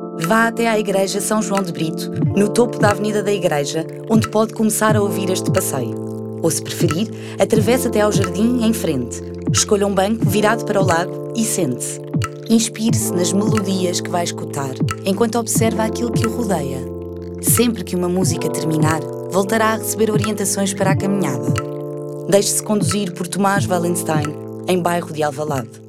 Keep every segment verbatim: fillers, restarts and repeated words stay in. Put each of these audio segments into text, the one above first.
Vá até à Igreja São João de Brito, no topo da Avenida da Igreja, onde pode começar a ouvir este passeio. Ou, se preferir, atravesse até ao jardim em frente. Escolha um banco virado para o lago e sente-se. Inspire-se nas melodias que vai escutar, enquanto observa aquilo que o rodeia. Sempre que uma música terminar, voltará a receber orientações para a caminhada. Deixe-se conduzir por Tomás Wallenstein, em bairro de Alvalade.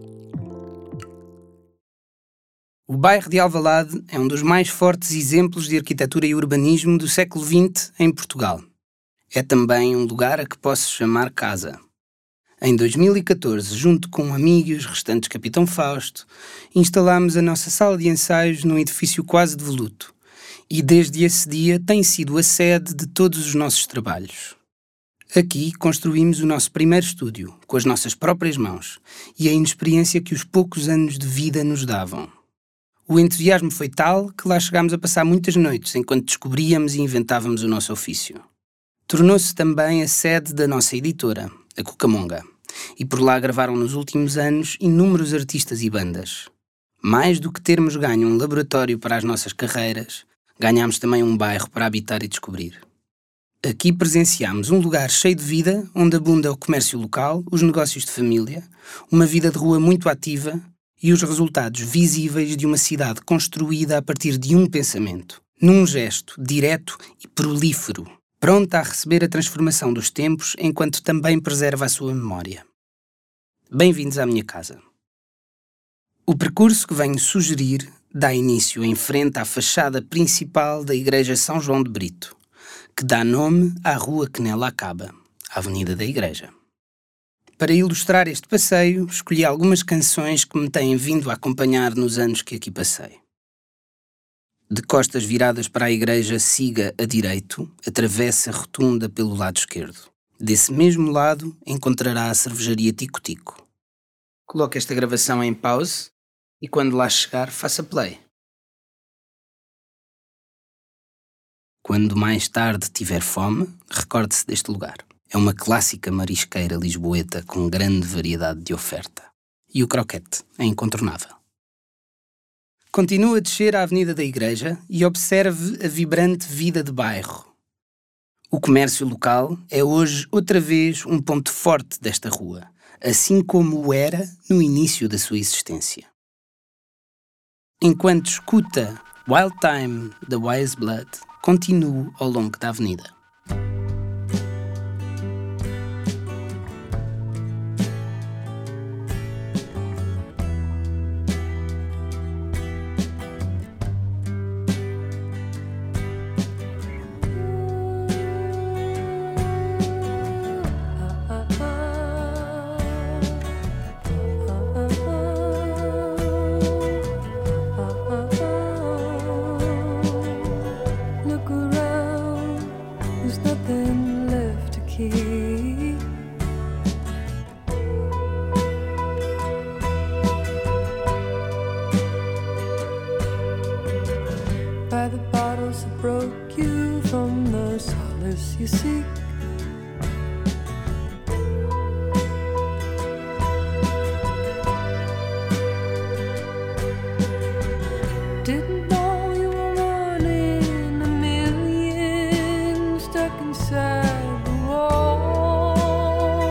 O bairro de Alvalade é um dos mais fortes exemplos de arquitetura e urbanismo do século vinte em Portugal. É também um lugar a que posso chamar casa. Em dois mil e catorze, junto com um amigo e os restantes Capitão Fausto, instalámos a nossa sala de ensaios num edifício quase devoluto. E desde esse dia tem sido a sede de todos os nossos trabalhos. Aqui construímos o nosso primeiro estúdio, com as nossas próprias mãos, e a inexperiência que os poucos anos de vida nos davam. O entusiasmo foi tal que lá chegámos a passar muitas noites enquanto descobríamos e inventávamos o nosso ofício. Tornou-se também a sede da nossa editora, a Cucamonga, e por lá gravaram nos últimos anos inúmeros artistas e bandas. Mais do que termos ganho um laboratório para as nossas carreiras, ganhámos também um bairro para habitar e descobrir. Aqui presenciámos um lugar cheio de vida, onde abunda o comércio local, os negócios de família, uma vida de rua muito ativa e os resultados visíveis de uma cidade construída a partir de um pensamento, num gesto direto e prolífero, pronta a receber a transformação dos tempos enquanto também preserva a sua memória. Bem-vindos à minha casa. O percurso que venho sugerir dá início em frente à fachada principal da Igreja São João de Brito, que dá nome à rua que nela acaba, a Avenida da Igreja. Para ilustrar este passeio, escolhi algumas canções que me têm vindo a acompanhar nos anos que aqui passei. De costas viradas para a igreja, siga a direito, atravesse a rotunda pelo lado esquerdo. Desse mesmo lado, encontrará a cervejaria Tico Tico. Coloque esta gravação em pause e quando lá chegar, faça play. Quando mais tarde tiver fome, recorde-se deste lugar. É uma clássica marisqueira lisboeta com grande variedade de oferta. E o croquete é incontornável. Continue a descer a Avenida da Igreja e observe a vibrante vida de bairro. O comércio local é hoje outra vez um ponto forte desta rua, assim como o era no início da sua existência. Enquanto escuta Wild Time da Wise Blood, continuo ao longo da avenida. By the bottles that broke you from the solace you seek. Didn't know you were one in a million, stuck inside the wall.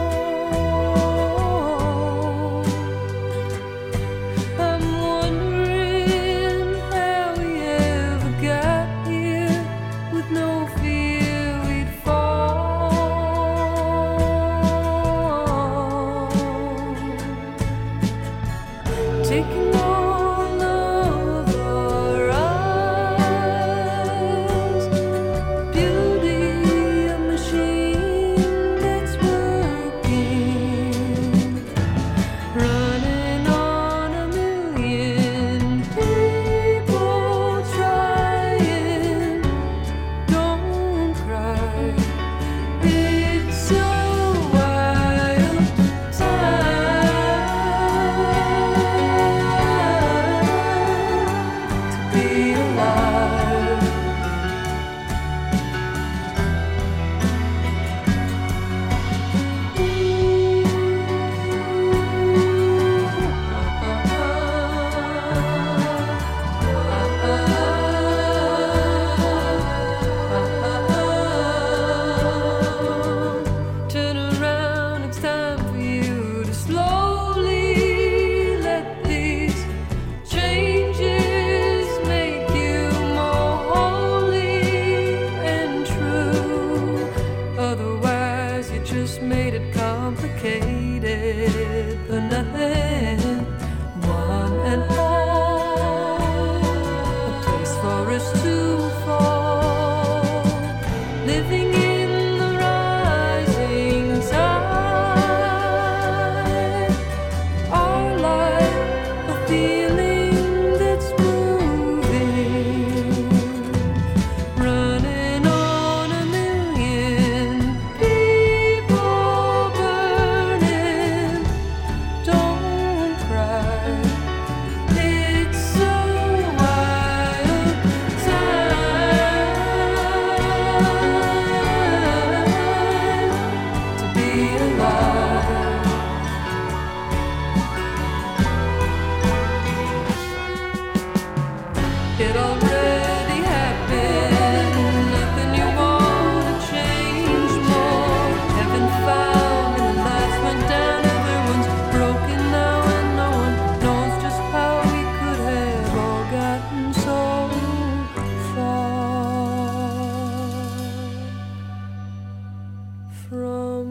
I'm wondering how we ever got here with no fear we'd fall. Taking all of our feeling that's moving, running on a million people burning. Don't cry, it's a wild time to be alive. It already happened. Nothing you want to change more. Heaven found and the lights went down. Everyone's broken now and no one knows just how we could have all gotten so far from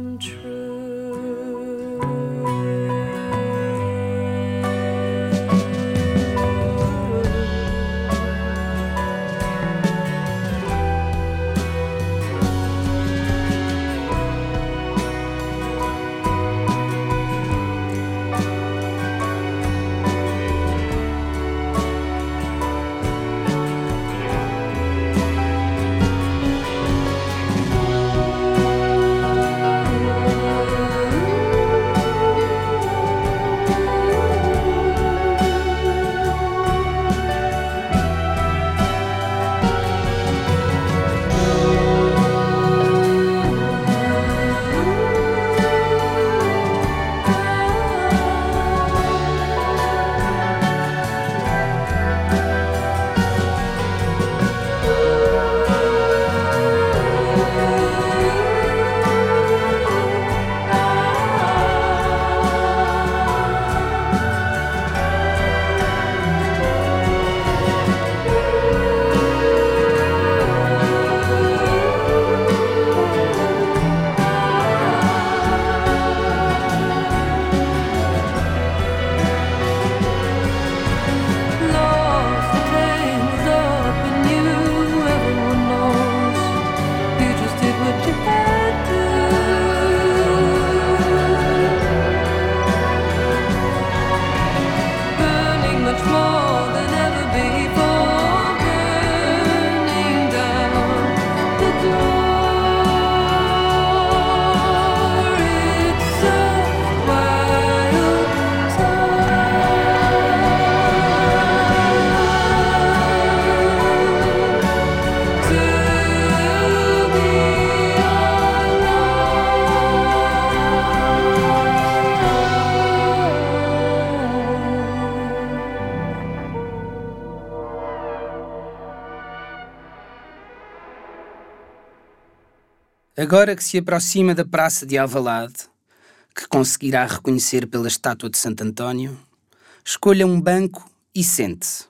lost, tangled up in you. Everyone knows you just did what you had to. Burning much more than ever before, burning down the door. It's a wild time to be Agora que se aproxima da Praça de Alvalade, que conseguirá reconhecer pela estátua de Santo António, escolha um banco e sente-se.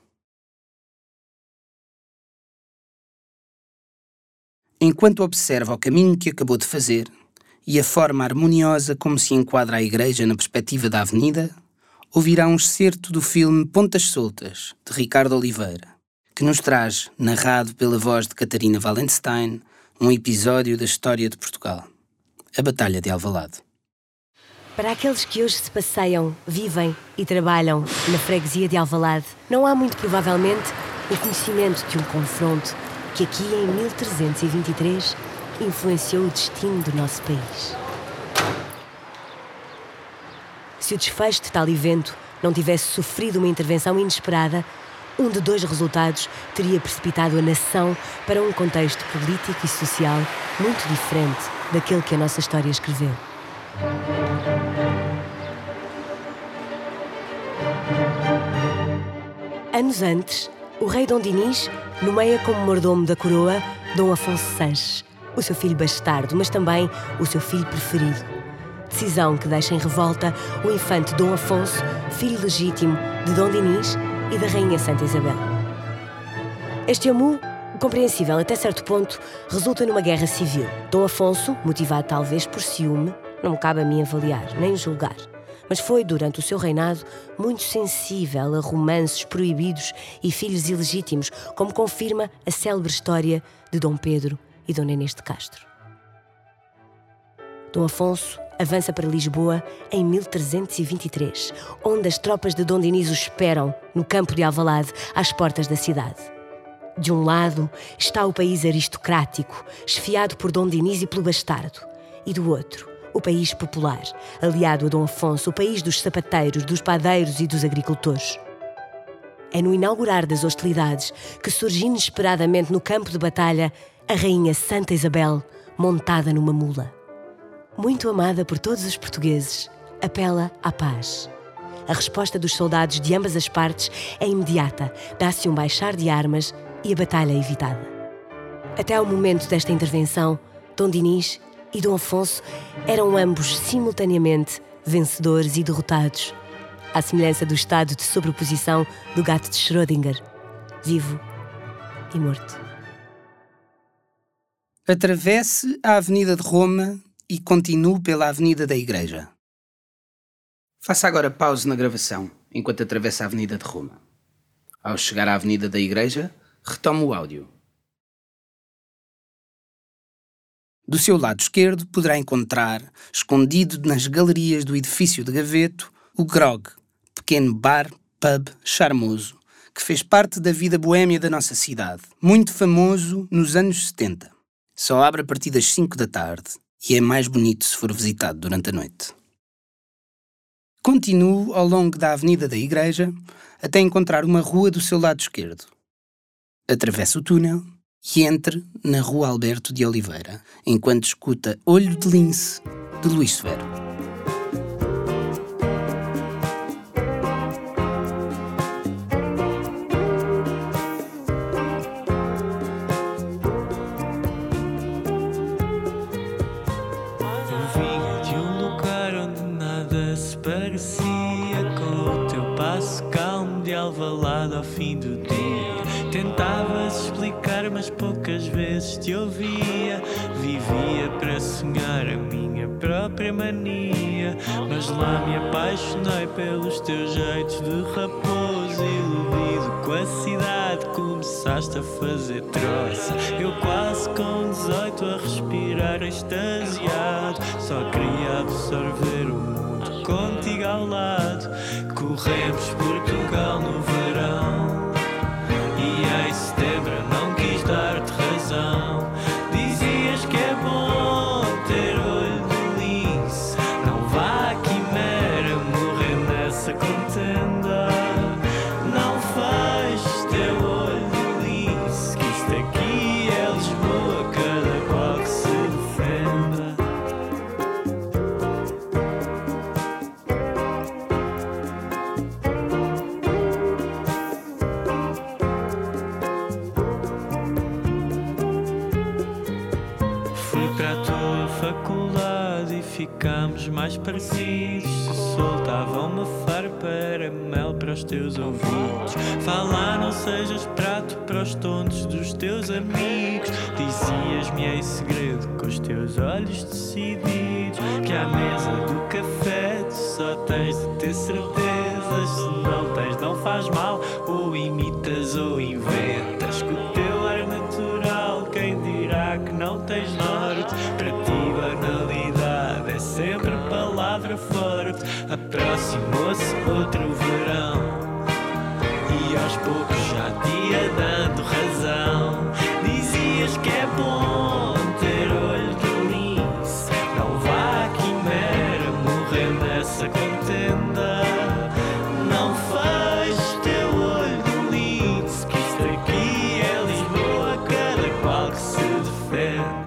Enquanto observa o caminho que acabou de fazer e a forma harmoniosa como se enquadra a igreja na perspectiva da avenida, ouvirá um excerto do filme Pontas Soltas, de Ricardo Oliveira, que nos traz, narrado pela voz de Catarina Wallenstein, um episódio da história de Portugal, a Batalha de Alvalade. Para aqueles que hoje se passeiam, vivem e trabalham na freguesia de Alvalade, não há muito provavelmente o conhecimento de um confronto que aqui em mil trezentos e vinte e três influenciou o destino do nosso país. Se o desfecho de tal evento não tivesse sofrido uma intervenção inesperada, um de dois resultados teria precipitado a nação para um contexto político e social muito diferente daquele que a nossa história escreveu. Anos antes, o rei Dom Dinis nomeia como mordomo da coroa Dom Afonso Sanches, o seu filho bastardo, mas também o seu filho preferido. Decisão que deixa em revolta o infante Dom Afonso, filho legítimo de Dom Dinis e da rainha Santa Isabel. Este amu, compreensível até certo ponto, resulta numa guerra civil. Dom Afonso, motivado talvez por ciúme, não me cabe a mim avaliar, nem julgar, mas foi, durante o seu reinado, muito sensível a romances proibidos e filhos ilegítimos, como confirma a célebre história de Dom Pedro e Dona Inês de Castro. Dom Afonso avança para Lisboa em mil trezentos e vinte e três, onde as tropas de Dom Dinis o esperam no campo de Alvalade, às portas da cidade. De um lado está o país aristocrático, esfiado por Dom Dinis e pelo bastardo, e do outro, o país popular, aliado a Dom Afonso, o país dos sapateiros, dos padeiros e dos agricultores. É no inaugurar das hostilidades que surge inesperadamente no campo de batalha a rainha Santa Isabel, montada numa mula. Muito amada por todos os portugueses, apela à paz. A resposta dos soldados de ambas as partes é imediata, dá-se um baixar de armas e a batalha é evitada. Até ao momento desta intervenção, Dom Dinis e Dom Afonso eram ambos simultaneamente vencedores e derrotados, à semelhança do estado de sobreposição do gato de Schrödinger, vivo e morto. Atravesse a Avenida de Roma e continue pela Avenida da Igreja. Faça agora pausa na gravação, enquanto atravessa a Avenida de Roma. Ao chegar à Avenida da Igreja, retome o áudio. Do seu lado esquerdo poderá encontrar, escondido nas galerias do edifício de Gaveto, o Grog, pequeno bar, pub, charmoso, que fez parte da vida boémia da nossa cidade, muito famoso nos anos setenta. Só abre a partir das cinco da tarde e é mais bonito se for visitado durante a noite. Continue ao longo da Avenida da Igreja até encontrar uma rua do seu lado esquerdo. Atravesse o túnel e entre na Rua Alberto de Oliveira, enquanto escuta Olho de Lince, de Luís Severo. Eu vinha de um lugar onde nada se parecia, com o teu passo calmo de Alvalade ao fim do dia. Tentavas explicar, mas poucas vezes te ouvia. Vivia para sonhar a minha própria mania, mas lá me apaixonei pelos teus jeitos de raposo. Iludido com a cidade, começaste a fazer troça. Eu quase com dezoito a respirar extasiado, só queria absorver o mundo contigo ao lado. Corremos Portugal no verão e em setembro eu não quis dar-te razão. Dizias que é bom ter olho de lince, não vá à quimera morrer nessa contenda. Não feches teu olho de lince, que isto aqui é Lisboa, cada qual que se defenda. Fui para a tua faculdade e ficámos mais parecidos. Se soltava uma farpa era mel para os teus ouvidos. Fala, não sejas prato para os tontos dos teus amigos. Dizias-me em segredo com os teus olhos decididos que à mesa do café tu só tens de ter certezas. Se não tens não faz mal, ou imitas ou inventas. Com o teu ar natural, quem dirá que não tens norte? Para ti banalidade é sempre palavra forte. Aproximou-se outro verão e aos poucos já te ia dando razão. Dizias que é bom ter olho de lince, não vá à quimera morrer nessa contenda. Não feches teu olho de lince, que isto aqui é Lisboa, cada qual que se defende.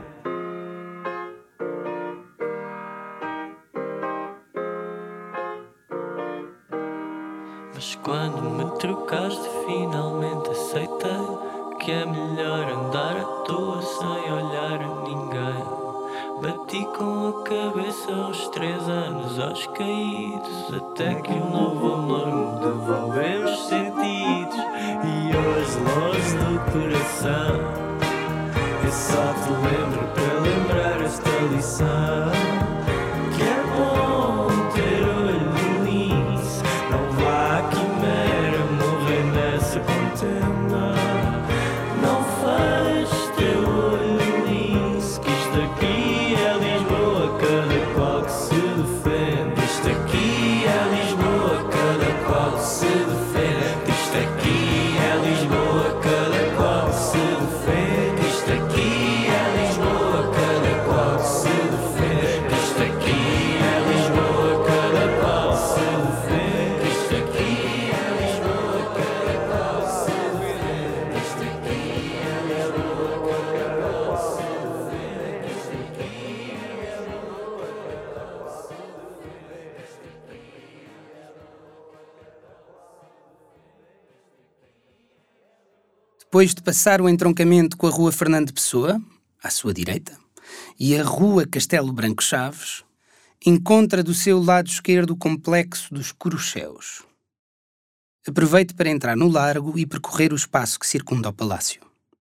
Mas quando me trocaste finalmente aceitei que é melhor andar à toa sem olhar a ninguém. Bati com a cabeça aos três anos aos caídos, até que um novo amor me devolveu os sentidos. E hoje longe do coração eu só te lembro para lembrar esta lição, que é bom ter olho de lince, não vá à quimera morrer nessa contenda. Não feches teu olho de lince, que isto aqui é Lisboa, cada Depois de passar o entroncamento com a Rua Fernando Pessoa, à sua direita, e a Rua Castelo Branco Chaves, encontra do seu lado esquerdo o complexo dos Corucheus. Aproveite para entrar no largo e percorrer o espaço que circunda o palácio.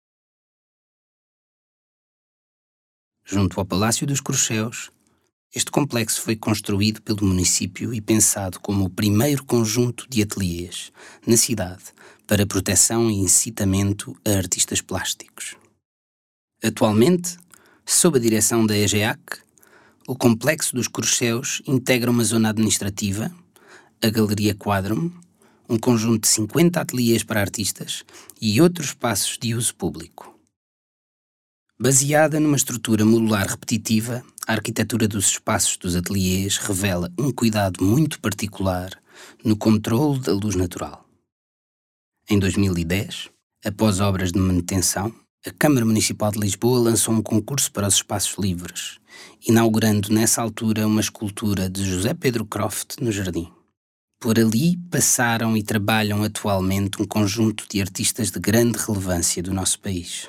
Junto ao Palácio dos Corucheus, este complexo foi construído pelo município e pensado como o primeiro conjunto de ateliês na cidade para proteção e incitamento a artistas plásticos. Atualmente, sob a direção da EGEAC, o Complexo dos Corucheus integra uma zona administrativa, a Galeria Quadrum, um conjunto de cinquenta ateliês para artistas e outros espaços de uso público. Baseada numa estrutura modular repetitiva, a arquitetura dos espaços dos ateliês revela um cuidado muito particular no controle da luz natural. Em dois mil e dez, após obras de manutenção, a Câmara Municipal de Lisboa lançou um concurso para os espaços livres, inaugurando nessa altura uma escultura de José Pedro Croft no jardim. Por ali passaram e trabalham atualmente um conjunto de artistas de grande relevância do nosso país.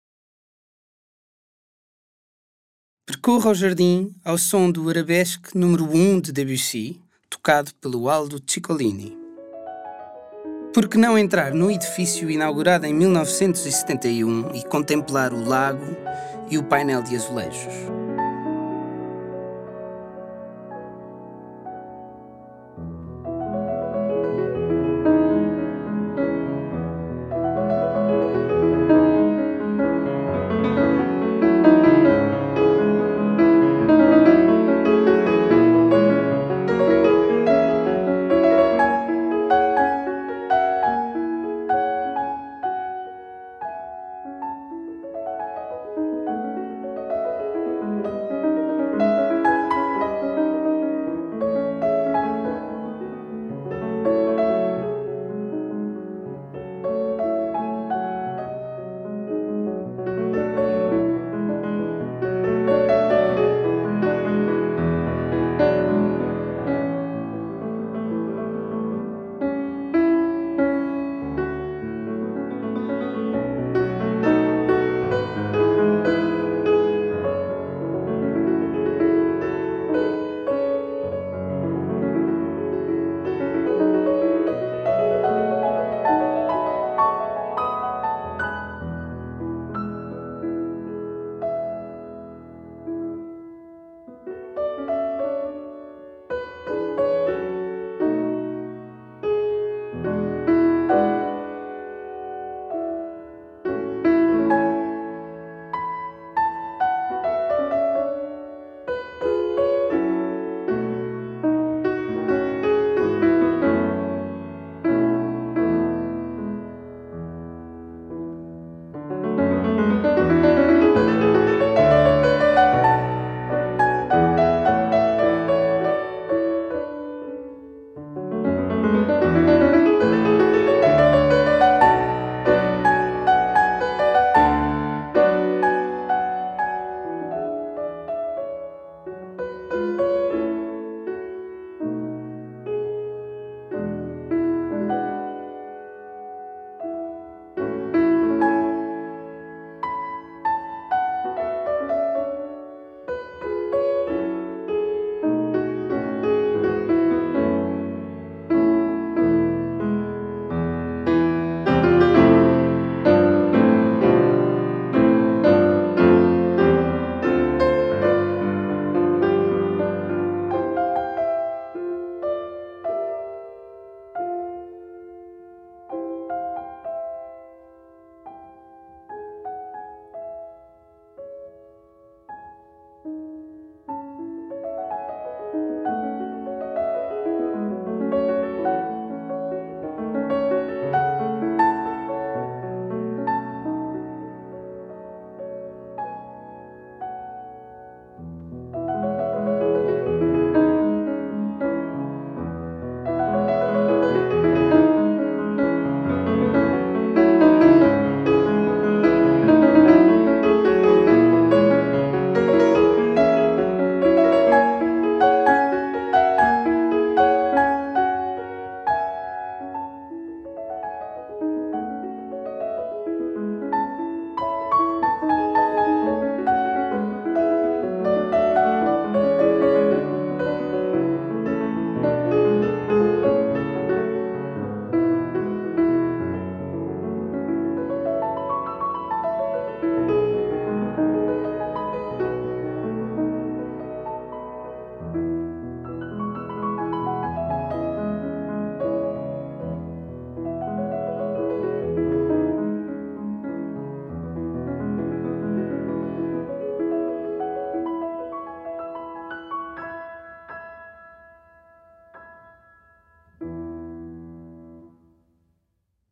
Percorra o jardim ao som do Arabesque número um de Debussy, tocado pelo Aldo Ciccolini. Por que não entrar no edifício inaugurado em mil novecentos e setenta e um e contemplar o lago e o painel de azulejos?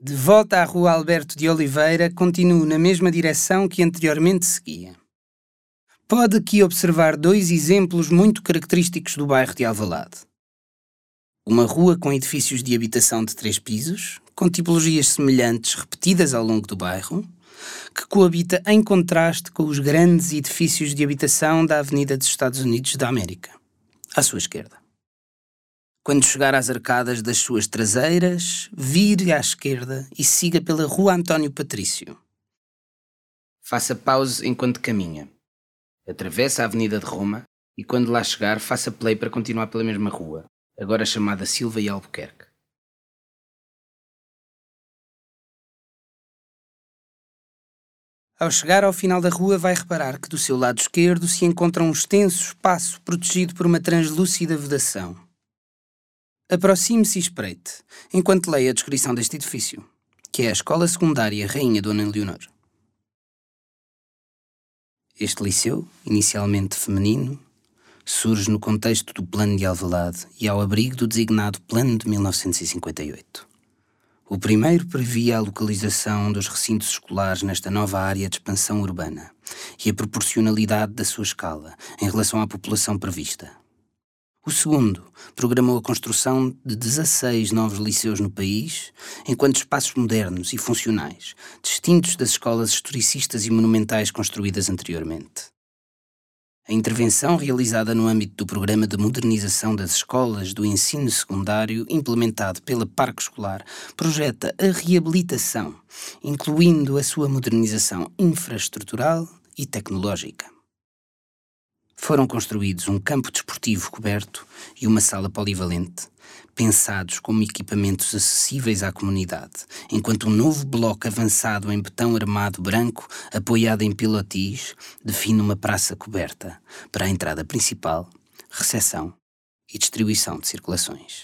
De volta à Rua Alberto de Oliveira, continuo na mesma direção que anteriormente seguia. Pode aqui observar dois exemplos muito característicos do bairro de Alvalade. Uma rua com edifícios de habitação de três pisos, com tipologias semelhantes repetidas ao longo do bairro, que coabita em contraste com os grandes edifícios de habitação da Avenida dos Estados Unidos da América, à sua esquerda. Quando chegar às arcadas das suas traseiras, vire à esquerda e siga pela Rua António Patrício. Faça pause enquanto caminha. Atravesse a Avenida de Roma e quando lá chegar, faça play para continuar pela mesma rua, agora chamada Silva e Albuquerque. Ao chegar ao final da rua, vai reparar que do seu lado esquerdo se encontra um extenso espaço protegido por uma translúcida vedação. Aproxime-se e espreite, enquanto leia a descrição deste edifício, que é a Escola Secundária Rainha Dona Leonor. Este liceu, inicialmente feminino, surge no contexto do Plano de Alvalade e ao abrigo do designado Plano de mil novecentos e cinquenta e oito. O primeiro previa a localização dos recintos escolares nesta nova área de expansão urbana e a proporcionalidade da sua escala em relação à população prevista. O segundo programou a construção de dezasseis novos liceus no país, enquanto espaços modernos e funcionais, distintos das escolas historicistas e monumentais construídas anteriormente. A intervenção realizada no âmbito do Programa de Modernização das Escolas do Ensino Secundário, implementado pela Parque Escolar, projeta a reabilitação, incluindo a sua modernização infraestrutural e tecnológica. Foram construídos um campo desportivo coberto e uma sala polivalente, pensados como equipamentos acessíveis à comunidade, enquanto um novo bloco avançado em betão armado branco, apoiado em pilotis, define uma praça coberta para a entrada principal, recepção e distribuição de circulações.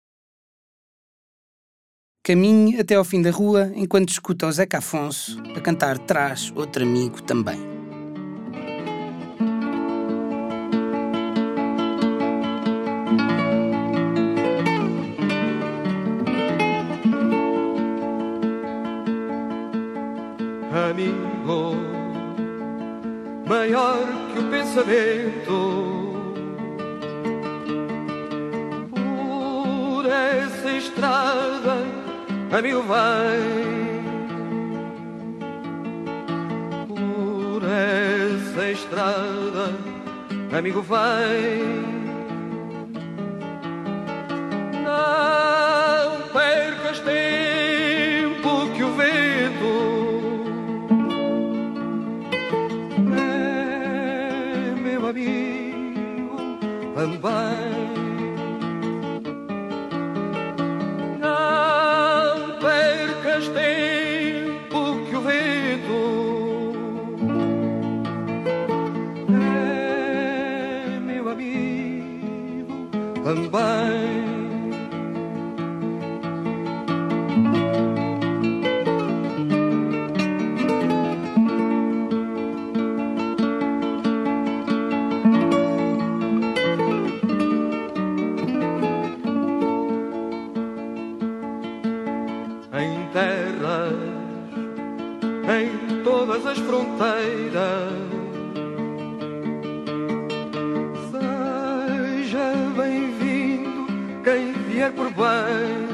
Caminhe até ao fim da rua enquanto escuta o Zeca Afonso a cantar Traz Outro Amigo Também. Amigo, maior que o pensamento, por essa estrada, amigo, vai, por essa estrada, amigo, vai, não percas tempo que o vento também. Não percas tempo que o vento é meu amigo também. Em todas as fronteiras, seja bem-vindo quem vier por bem,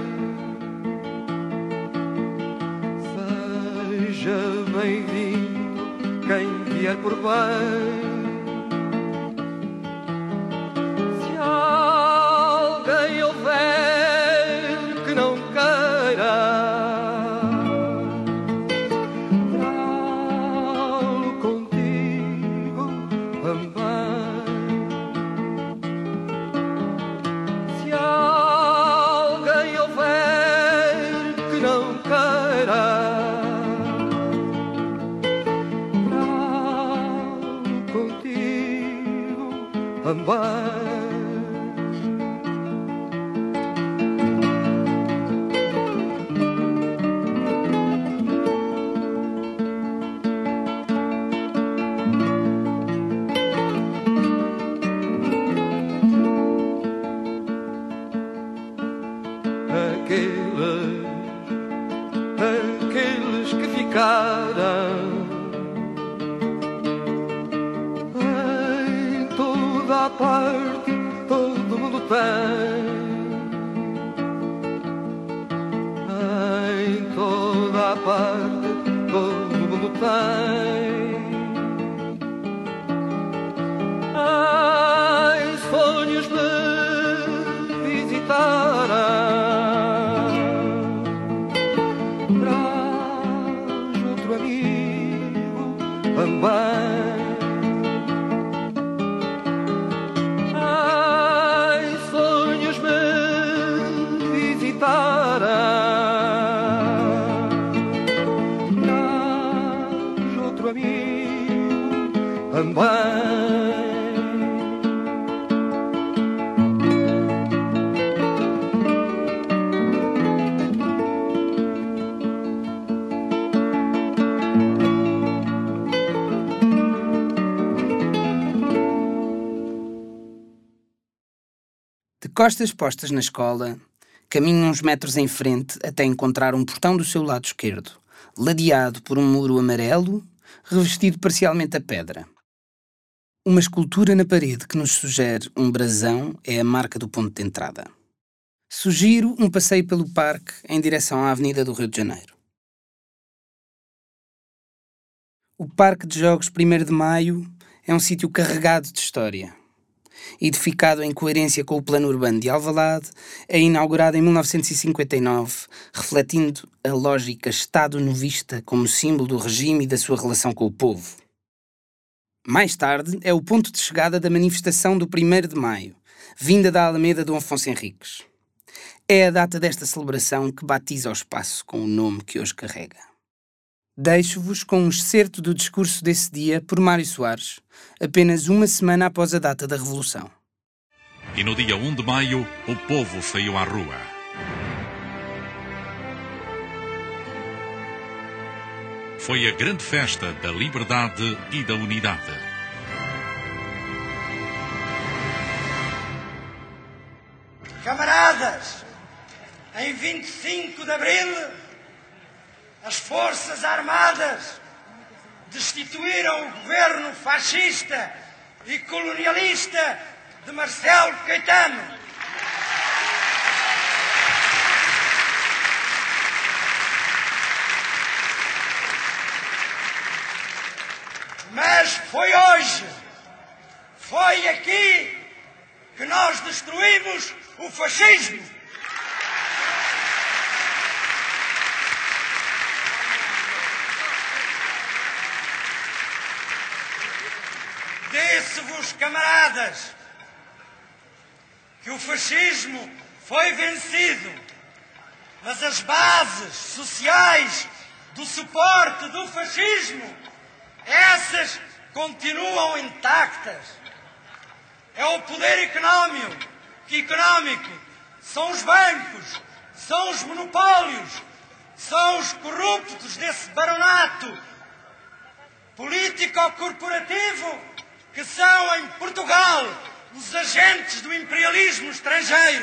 seja bem-vindo quem vier por bem. Se alguém houver que não queira, também. Aqueles aqueles que ficaram. Em toda a parte todo mundo tem. Em toda a parte todo mundo tem. Ai, sonhos de visitar. Traz outro amigo também. Ai, sonhos de visitar. Traz outro amigo também. De costas postas na escola, caminho uns metros em frente até encontrar um portão do seu lado esquerdo, ladeado por um muro amarelo, revestido parcialmente a pedra. Uma escultura na parede que nos sugere um brasão é a marca do ponto de entrada. Sugiro um passeio pelo parque em direção à Avenida do Rio de Janeiro. O Parque de Jogos primeiro de Maio é um sítio carregado de história. Edificado em coerência com o plano urbano de Alvalade, é inaugurado em mil novecentos e cinquenta e nove, refletindo a lógica Estado-novista como símbolo do regime e da sua relação com o povo. Mais tarde, é o ponto de chegada da manifestação do primeiro de Maio, vinda da Alameda Dom Afonso Henriques. É a data desta celebração que batiza o espaço com o nome que hoje carrega. Deixo-vos com um excerto do discurso desse dia por Mário Soares, apenas uma semana após a data da Revolução. E no dia um de maio, o povo saiu à rua. Foi a grande festa da liberdade e da unidade. Camaradas, em vinte e cinco de abril, as Forças Armadas destituíram o governo fascista e colonialista de Marcelo Caetano. Mas foi hoje, foi aqui que nós destruímos o fascismo. Disse-vos, camaradas, que o fascismo foi vencido, mas as bases sociais do suporte do fascismo, essas continuam intactas. É o poder económico, que económico são os bancos, são os monopólios, são os corruptos desse baronato político-corporativo que são, em Portugal, os agentes do imperialismo estrangeiro.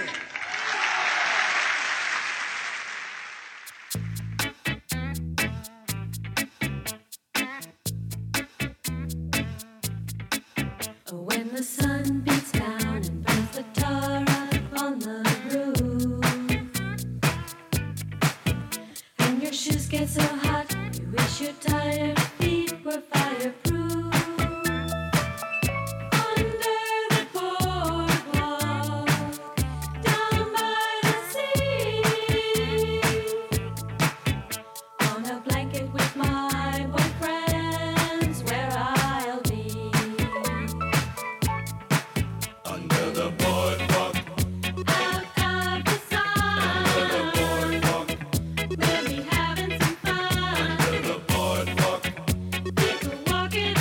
When the sun beats down and burns the tar up on the roof, and your shoes get so hot, you wish your tired feet were fireproof. Walking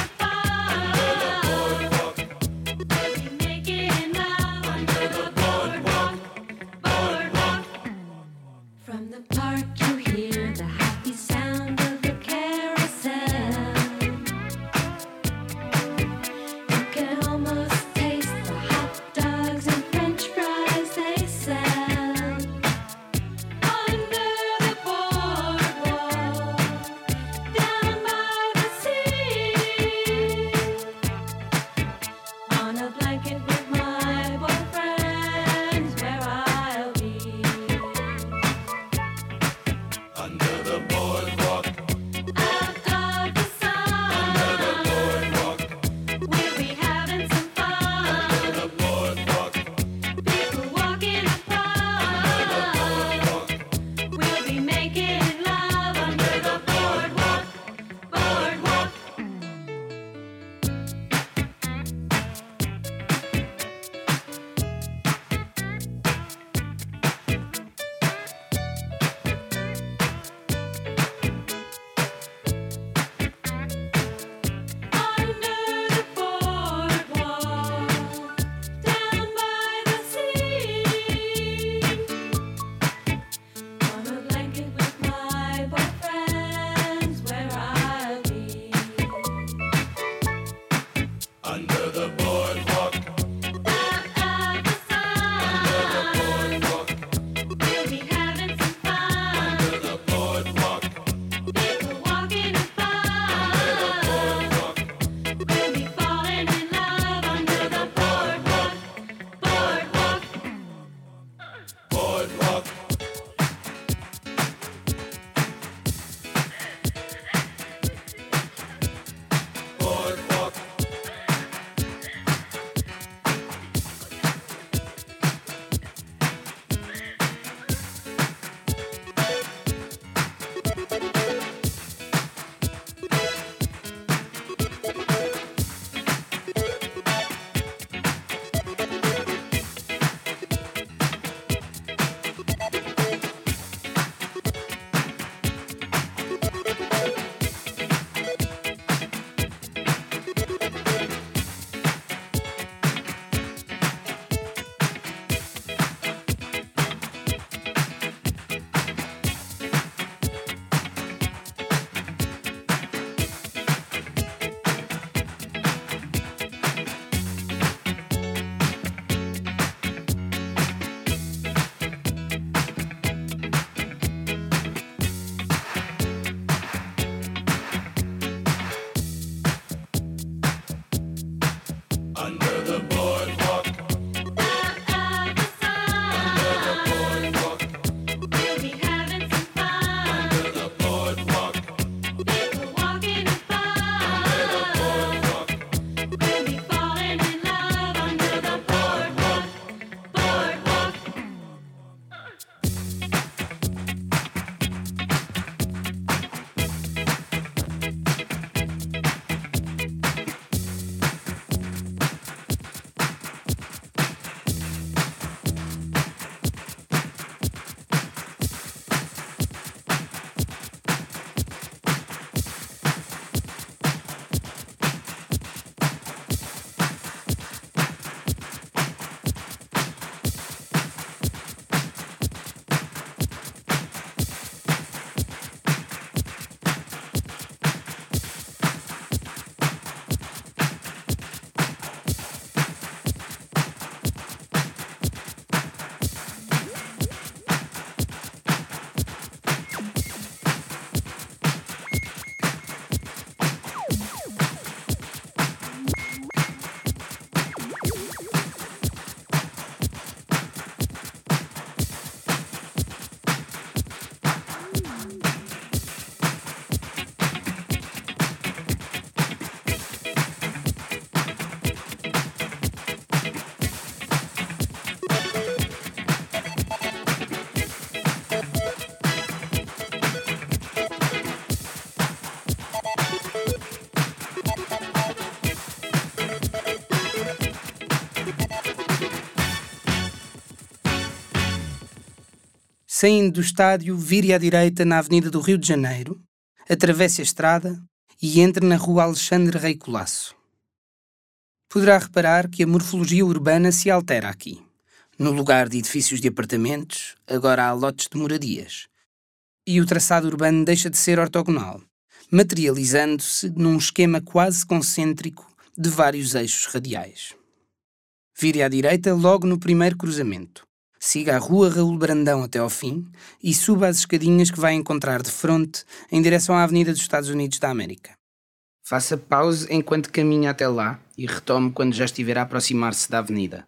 Saindo do estádio, vire à direita na Avenida do Rio de Janeiro, atravesse a estrada e entre na Rua Alexandre Rei Colasso. Poderá reparar que a morfologia urbana se altera aqui. No lugar de edifícios de apartamentos, agora há lotes de moradias. E o traçado urbano deixa de ser ortogonal, materializando-se num esquema quase concêntrico de vários eixos radiais. Vire à direita logo no primeiro cruzamento. Siga a Rua Raul Brandão até ao fim e suba as escadinhas que vai encontrar de fronte em direção à Avenida dos Estados Unidos da América. Faça pause enquanto caminha até lá e retome quando já estiver a aproximar-se da avenida.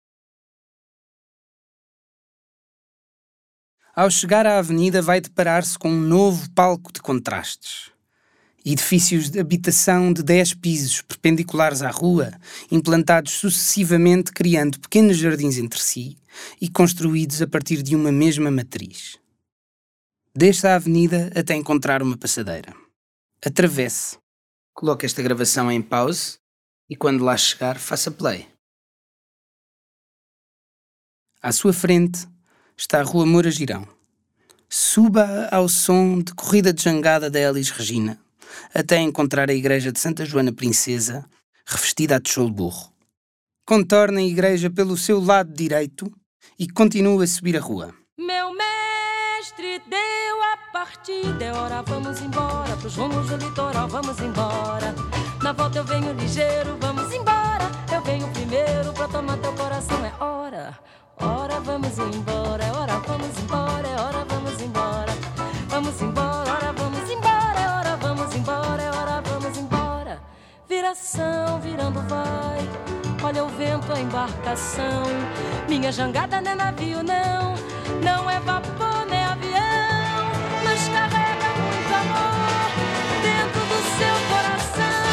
Ao chegar à avenida vai deparar-se com um novo palco de contrastes. Edifícios de habitação de dez pisos perpendiculares à rua, implantados sucessivamente criando pequenos jardins entre si e construídos a partir de uma mesma matriz. Desça a avenida até encontrar uma passadeira. Atravesse. Coloque esta gravação em pause e quando lá chegar, faça play. À sua frente está a Rua Moura Girão. Suba ao som de Corrida de Jangada da Elis Regina, até encontrar a igreja de Santa Joana Princesa, revestida a tijolo burro. Contorne a igreja pelo seu lado direito e continue a subir a rua. Meu mestre deu a partida, é hora, vamos embora, pros rumos do litoral, vamos embora. Na volta eu venho ligeiro, vamos embora. Eu venho primeiro pra tomar teu coração, é hora, hora, vamos embora, é hora, vamos embora, é hora, vamos embora. Vamos embora, hora, vamos embora, é hora, vamos embora, é hora, vamos embora. Viração, virando vai, olha o vento, a embarcação. Minha jangada não é navio, não, não é vapor, nem avião, mas carrega muito amor dentro do seu coração.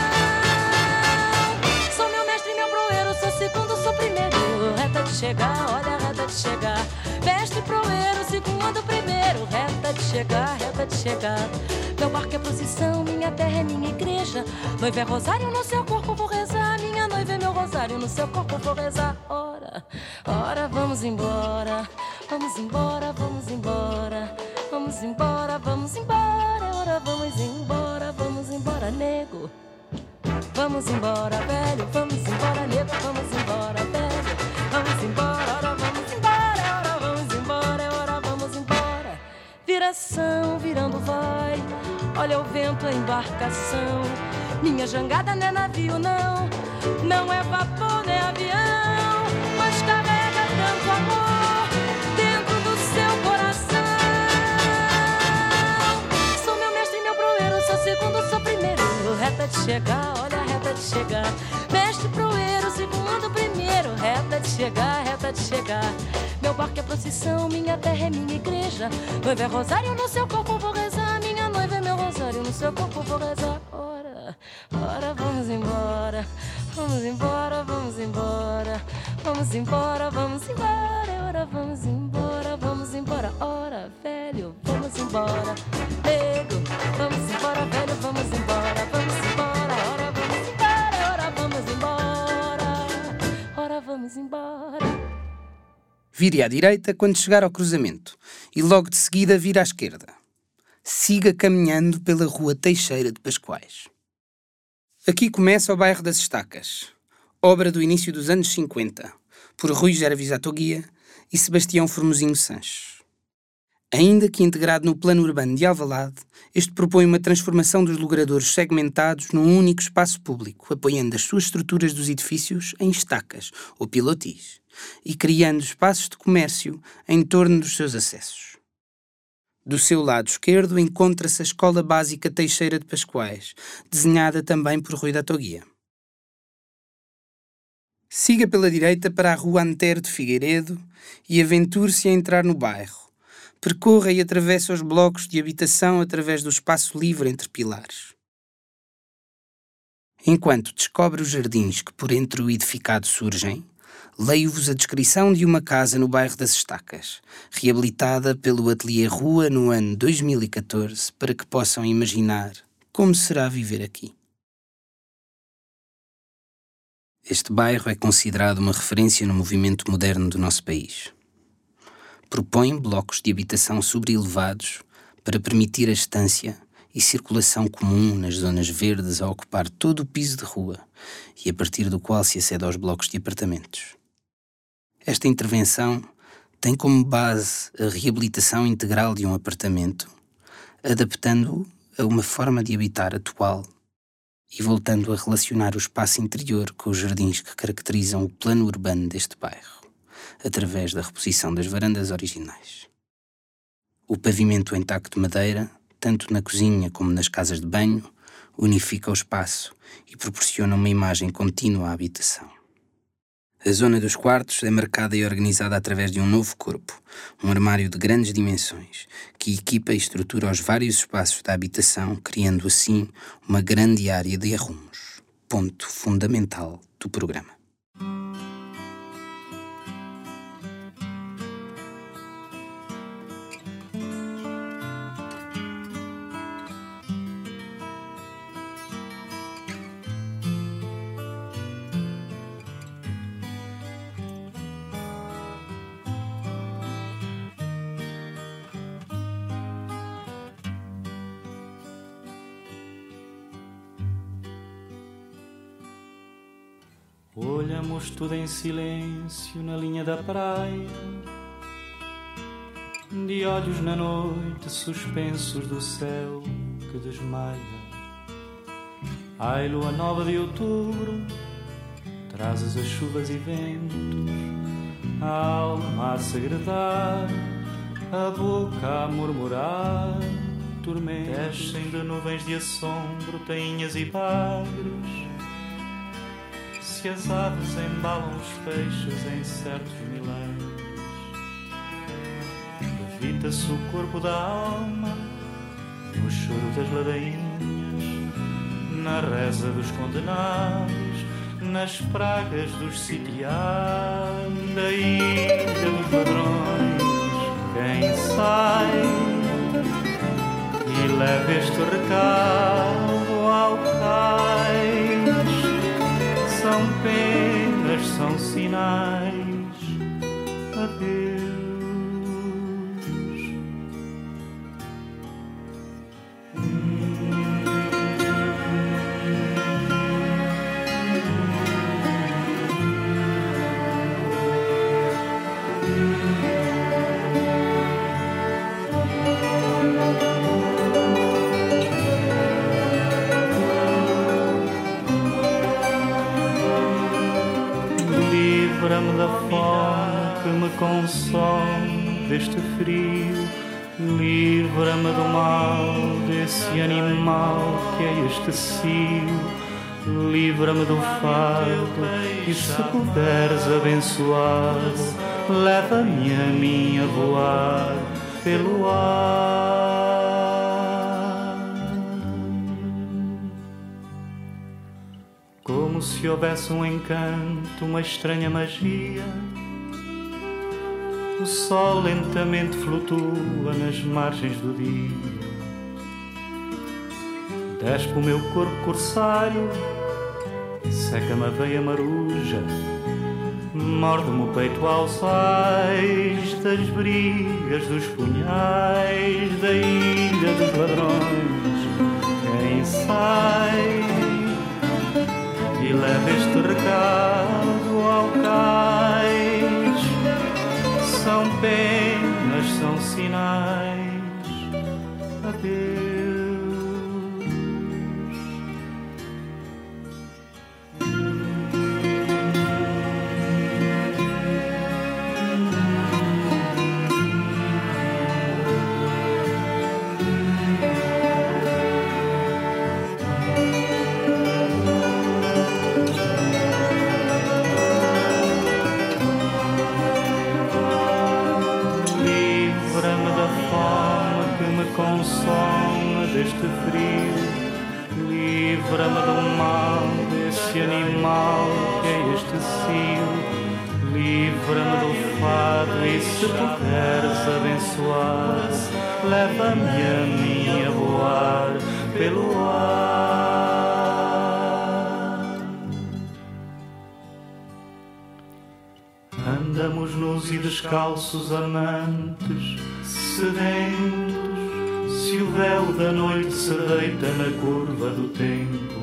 Sou meu mestre, meu proeiro, sou segundo, sou primeiro. Reta de chegar, olha a reta de chegar. Mestre, proeiro, segundo, primeiro. Reta de chegar, reta de chegar. Meu barco é procissão, minha terra é minha igreja. Noiva é rosário, no seu corpo vou rezar. Minha noiva é meu rosário, no seu corpo vou rezar. Ora, ora, vamos embora. Vamos embora, vamos embora. Vamos embora, vamos embora. Ora, vamos embora, vamos embora, nego. Vamos embora, velho. Vamos embora, nego. Vamos embora, velho. Vamos embora, ora, vamos embora. Ora, vamos embora, ora, vamos embora. Viração, virando vai, olha o vento, a embarcação. Minha jangada não é navio, não, não é vapor, nem avião, mas carrega tanto amor dentro do seu coração. Sou meu mestre, meu proeiro, sou segundo, sou primeiro. Reta de chegar, olha a reta de chegar. Mestre, proeiro, segundo, primeiro. Reta de chegar, reta de chegar. Meu barco é procissão, minha terra é minha igreja. Noiva é rosário, no seu corpo vou rezar. Minha noiva é meu rosário, no seu corpo vou rezar. Ora, ora, vamos embora. Vamos embora, vamos embora. Vamos embora, vamos embora. Ora, vamos embora, vamos embora. Ora, velho, vamos embora. Nego, vamos embora, velho, vamos embora. Vamos embora, ora, vamos embora. Ora, vamos embora. Ora, vamos embora. Vire à direita quando chegar ao cruzamento e logo de seguida vire à esquerda. Siga caminhando pela Rua Teixeira de Pascoais. Aqui começa o bairro das Estacas, obra do início dos anos cinquenta, por Rui Gervis Atoguia e Sebastião Formosinho Sanches. Ainda que integrado no plano urbano de Alvalade, este propõe uma transformação dos logradouros segmentados num único espaço público, apoiando as suas estruturas dos edifícios em estacas ou pilotis e criando espaços de comércio em torno dos seus acessos. Do seu lado esquerdo encontra-se a Escola Básica Teixeira de Pascoais, desenhada também por Rui da Atoguia. Siga pela direita para a Rua Antero de Figueiredo e aventure-se a entrar no bairro. Percorra e atravesse os blocos de habitação através do espaço livre entre pilares. Enquanto descobre os jardins que por entre o edificado surgem, leio-vos a descrição de uma casa no bairro das Estacas, reabilitada pelo Ateliê Rua no ano dois mil e catorze, para que possam imaginar como será viver aqui. Este bairro é considerado uma referência no movimento moderno do nosso país. propõe blocos de habitação sobreelevados para permitir a estância e circulação comum nas zonas verdes a ocupar todo o piso de rua e a partir do qual se acede aos blocos de apartamentos. Esta intervenção tem como base a reabilitação integral de um apartamento, adaptando-o a uma forma de habitar atual e voltando a relacionar o espaço interior com os jardins que caracterizam o plano urbano deste bairro, através da reposição das varandas originais. O pavimento em taco de madeira, tanto na cozinha como nas casas de banho, unifica o espaço e proporciona uma imagem contínua à habitação. A zona dos quartos é marcada e organizada através de um novo corpo, um armário de grandes dimensões, que equipa e estrutura os vários espaços da habitação, criando assim uma grande área de arrumos. Ponto fundamental do programa. Olhamos tudo em silêncio na linha da praia, de olhos na noite suspensos do céu que desmaia. Ai, lua nova de outubro, trazes as chuvas e ventos, a alma a segredar, a boca a murmurar, tormentos. Descem de nuvens de assombro, tainhas e bagres. Se as aves embalam os peixes em certos milagres, levita-se o corpo da alma no choro das ladainhas, na reza dos condenados, nas pragas dos sitiados, da ilha dos ladrões. Quem sai e leva este recado ao cais, são penas, são sinais. Adeus. Livra-me da fome que me consome, deste frio. Livra-me do mal, desse animal que é este cio. Livra-me do fardo e, se puderes abençoado, leva-me a mim a voar pelo ar. Como se houvesse um encanto, uma estranha magia, o sol lentamente flutua nas margens do dia. Despe o meu corpo corsário, seca-me a veia maruja, morde-me o peito aos ais das brigas dos punhais, da ilha dos ladrões. Quem sai e leva este recado ao cais, são penas, são sinais. Adeus. Consome deste frio, livra-me do mal, desse animal que é este cio. Livra-me do fado e, se puderes abençoar, leva-me a mim a voar pelo ar. Andamos nos nus e descalços amantes, sedentos, se o véu da noite se deita na curva do tempo.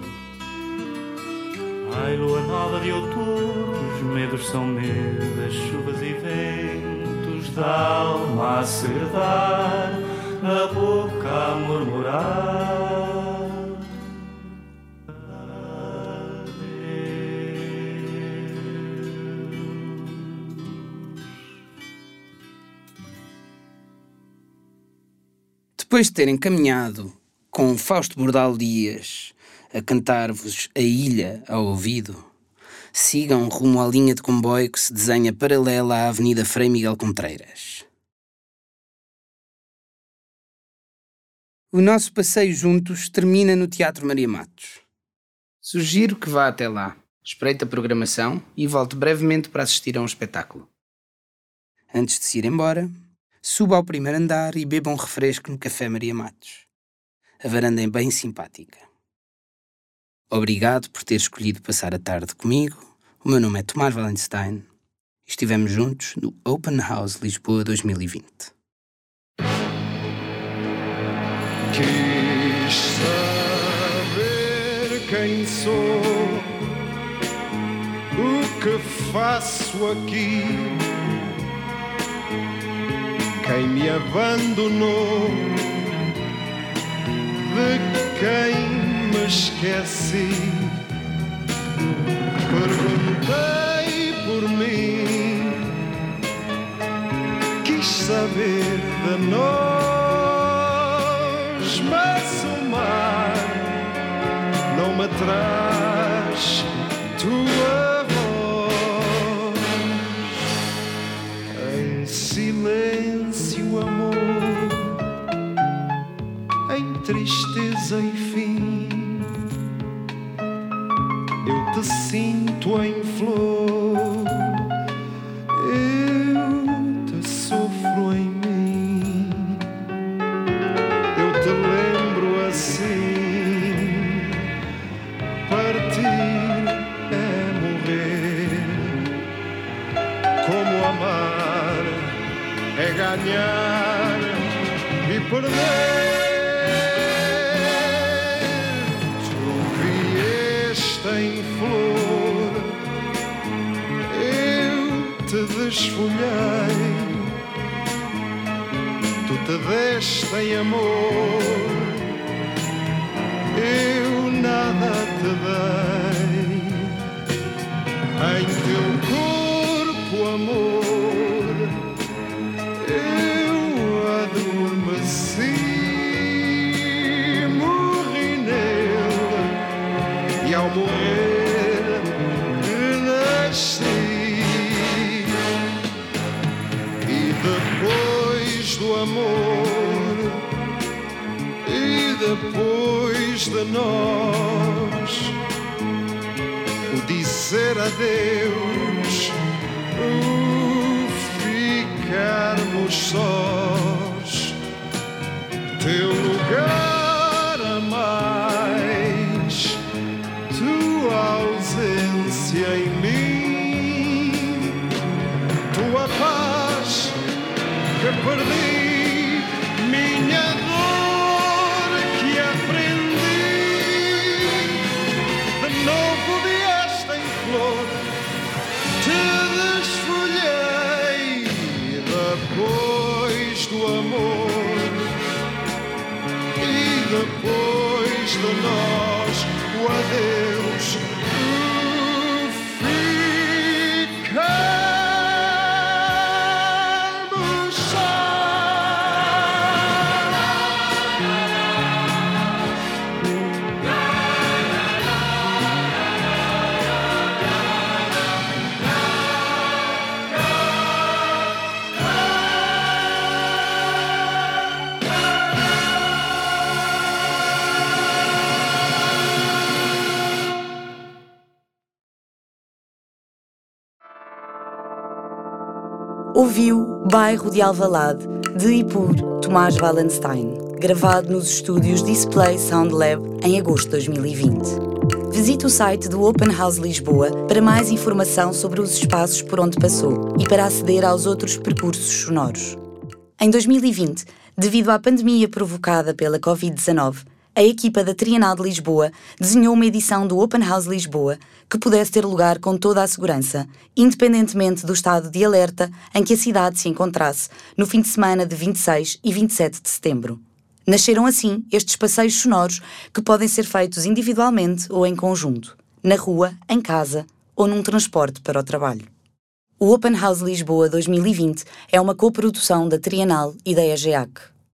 Ai, lua nova de outubro, os medos são medos, chuvas e ventos, da alma a segredar, da boca a murmurar. Depois de terem caminhado com Fausto Bordal Dias a cantar-vos A Ilha ao ouvido, sigam rumo à linha de comboio que se desenha paralela à Avenida Frei Miguel Contreiras. O nosso passeio juntos termina no Teatro Maria Matos. Sugiro que vá até lá, espreite a programação e volte brevemente para assistir a um espetáculo. Antes de se ir embora, suba ao primeiro andar e beba um refresco no Café Maria Matos. A varanda é bem simpática. Obrigado por ter escolhido passar a tarde comigo. O meu nome é Tomás Wallenstein e estivemos juntos no Open House Lisboa dois mil e vinte. Quis saber quem sou, o que faço aqui, quem me abandonou, de quem me esqueci. Perguntei por mim, quis saber de nós, mas o mar não me traz tua voz. Em silêncio, amor, em tristeza e fim, eu te sinto em flor, eu te sofro em mim, eu te lembro assim. Partir é morrer, como amar é ganhar e perder. Em flor, eu te desfolhei, tu te deste em amor, eu nada te dei. Em teu corpo, amor, eu adormeci, morri nele e ao morrer renasci. E depois do amor, e depois de nós, o dizer adeus, o ficarmos sós, teu lugar a mais, ausência em mim, tua paz que perdi, minha dor que aprendi. De novo vieste em flor, te desfolhei. Depois do amor e depois de nós, o adeus. Ouviu Bairro de Alvalade, de e por Tomás Wallenstein, gravado nos estúdios Display Sound Lab em agosto de dois mil e vinte. Visite o site do Open House Lisboa para mais informação sobre os espaços por onde passou e para aceder aos outros percursos sonoros. Em dois mil e vinte, devido à pandemia provocada pela covid dezanove, a equipa da Trienal de Lisboa desenhou uma edição do Open House Lisboa que pudesse ter lugar com toda a segurança, independentemente do estado de alerta em que a cidade se encontrasse no fim de semana de vinte e seis e vinte e sete de setembro. Nasceram assim estes passeios sonoros que podem ser feitos individualmente ou em conjunto, na rua, em casa ou num transporte para o trabalho. O Open House Lisboa dois mil e vinte é uma coprodução da Trienal e da E G A C.